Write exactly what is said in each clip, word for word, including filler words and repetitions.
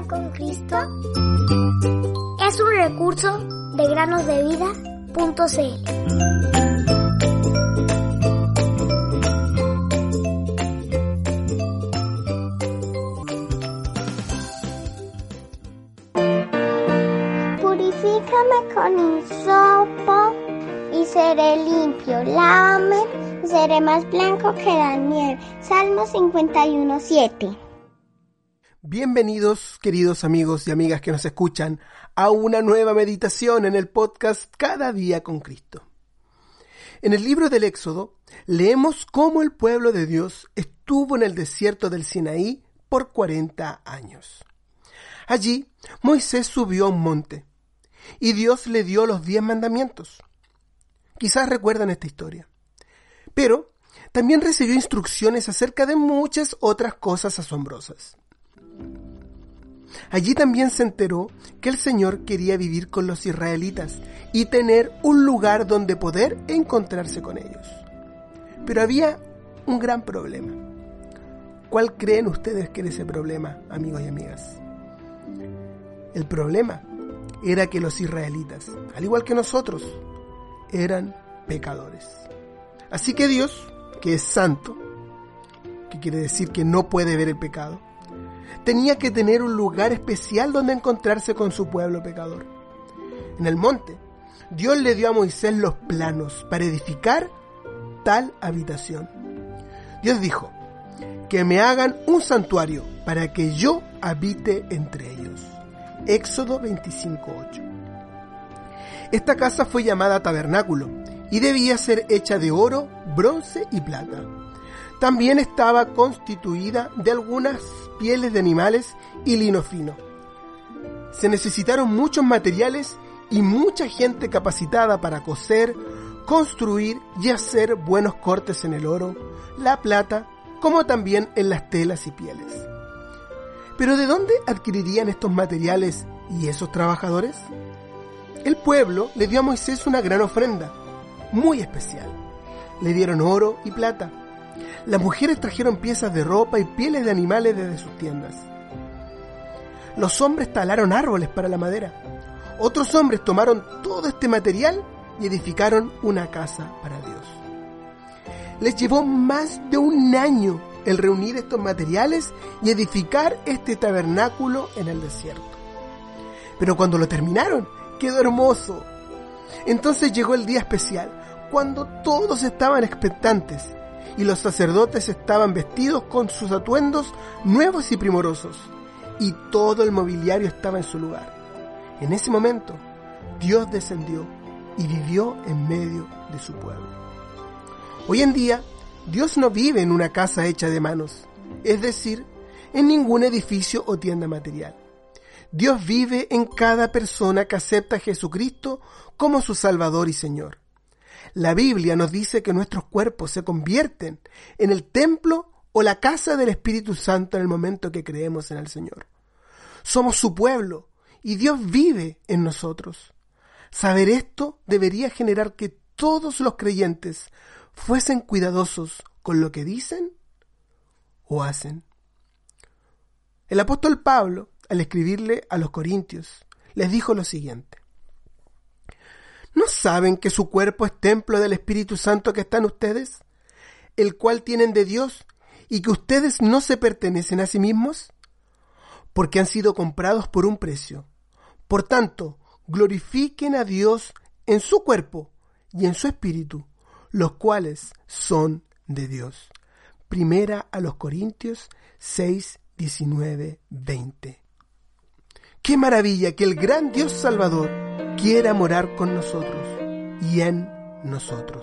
con Cristo es un recurso de granosdevida punto c l. Purifícame con hisopo y seré limpio. Lávame y seré más blanco que la nieve. Salmo cincuenta y uno, siete. Bienvenidos, queridos amigos y amigas que nos escuchan, a una nueva meditación en el podcast Cada Día con Cristo. En el libro del Éxodo leemos cómo el pueblo de Dios estuvo en el desierto del Sinaí por cuarenta años. Allí Moisés subió a un monte y Dios le dio los diez mandamientos. Quizás recuerdan esta historia. Pero también recibió instrucciones acerca de muchas otras cosas asombrosas. Allí también se enteró que el Señor quería vivir con los israelitas y tener un lugar donde poder encontrarse con ellos. Pero había un gran problema. ¿Cuál creen ustedes que era ese problema, amigos y amigas? El problema era que los israelitas, al igual que nosotros, eran pecadores. Así que Dios, que es santo, que quiere decir que no puede ver el pecado, tenía que tener un lugar especial donde encontrarse con su pueblo pecador. En el monte, Dios le dio a Moisés los planos para edificar tal habitación. Dios dijo, que me hagan un santuario para que yo habite entre ellos. Éxodo veinticinco, ocho. Esta casa fue llamada tabernáculo y debía ser hecha de oro, bronce y plata. También estaba constituida de algunas pieles de animales y lino fino. Se necesitaron muchos materiales y mucha gente capacitada para coser, construir y hacer buenos cortes en el oro, la plata, como también en las telas y pieles. ¿Pero de dónde adquirirían estos materiales y esos trabajadores? El pueblo le dio a Moisés una gran ofrenda, muy especial. Le dieron oro y plata. Las mujeres trajeron piezas de ropa y pieles de animales desde sus tiendas. Los hombres talaron árboles para la madera. Otros hombres tomaron todo este material y edificaron una casa para Dios. Les llevó más de un año el reunir estos materiales y edificar este tabernáculo en el desierto. Pero cuando lo terminaron, quedó hermoso. Entonces llegó el día especial, cuando todos estaban expectantes y los sacerdotes estaban vestidos con sus atuendos nuevos y primorosos, y todo el mobiliario estaba en su lugar. En ese momento, Dios descendió y vivió en medio de su pueblo. Hoy en día, Dios no vive en una casa hecha de manos, es decir, en ningún edificio o tienda material. Dios vive en cada persona que acepta a Jesucristo como su Salvador y Señor. La Biblia nos dice que nuestros cuerpos se convierten en el templo o la casa del Espíritu Santo en el momento que creemos en el Señor. Somos su pueblo y Dios vive en nosotros. Saber esto debería generar que todos los creyentes fuesen cuidadosos con lo que dicen o hacen. El apóstol Pablo, al escribirle a los Corintios, les dijo lo siguiente: ¿no saben que su cuerpo es templo del Espíritu Santo que está en ustedes, el cual tienen de Dios, y que ustedes no se pertenecen a sí mismos? Porque han sido comprados por un precio. Por tanto, glorifiquen a Dios en su cuerpo y en su espíritu, los cuales son de Dios. Primera a los Corintios seis, diecinueve, veinte. ¡Qué maravilla que el gran Dios Salvador quiera morar con nosotros y en nosotros!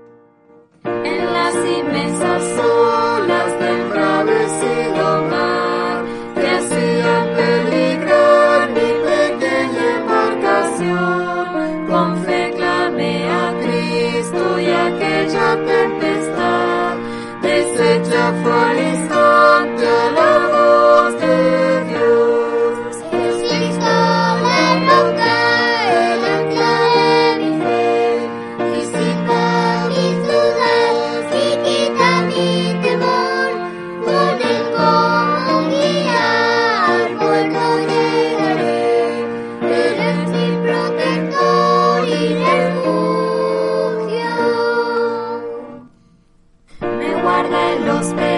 En las inmensas olas del embravecido mar, que hacían peligrar mi pequeña embarcación, con fe clamé a Cristo y aquella tempestad deshecha fue al instante a la voz de Dios. Con el cómo guiar por donde guarda en los pecados.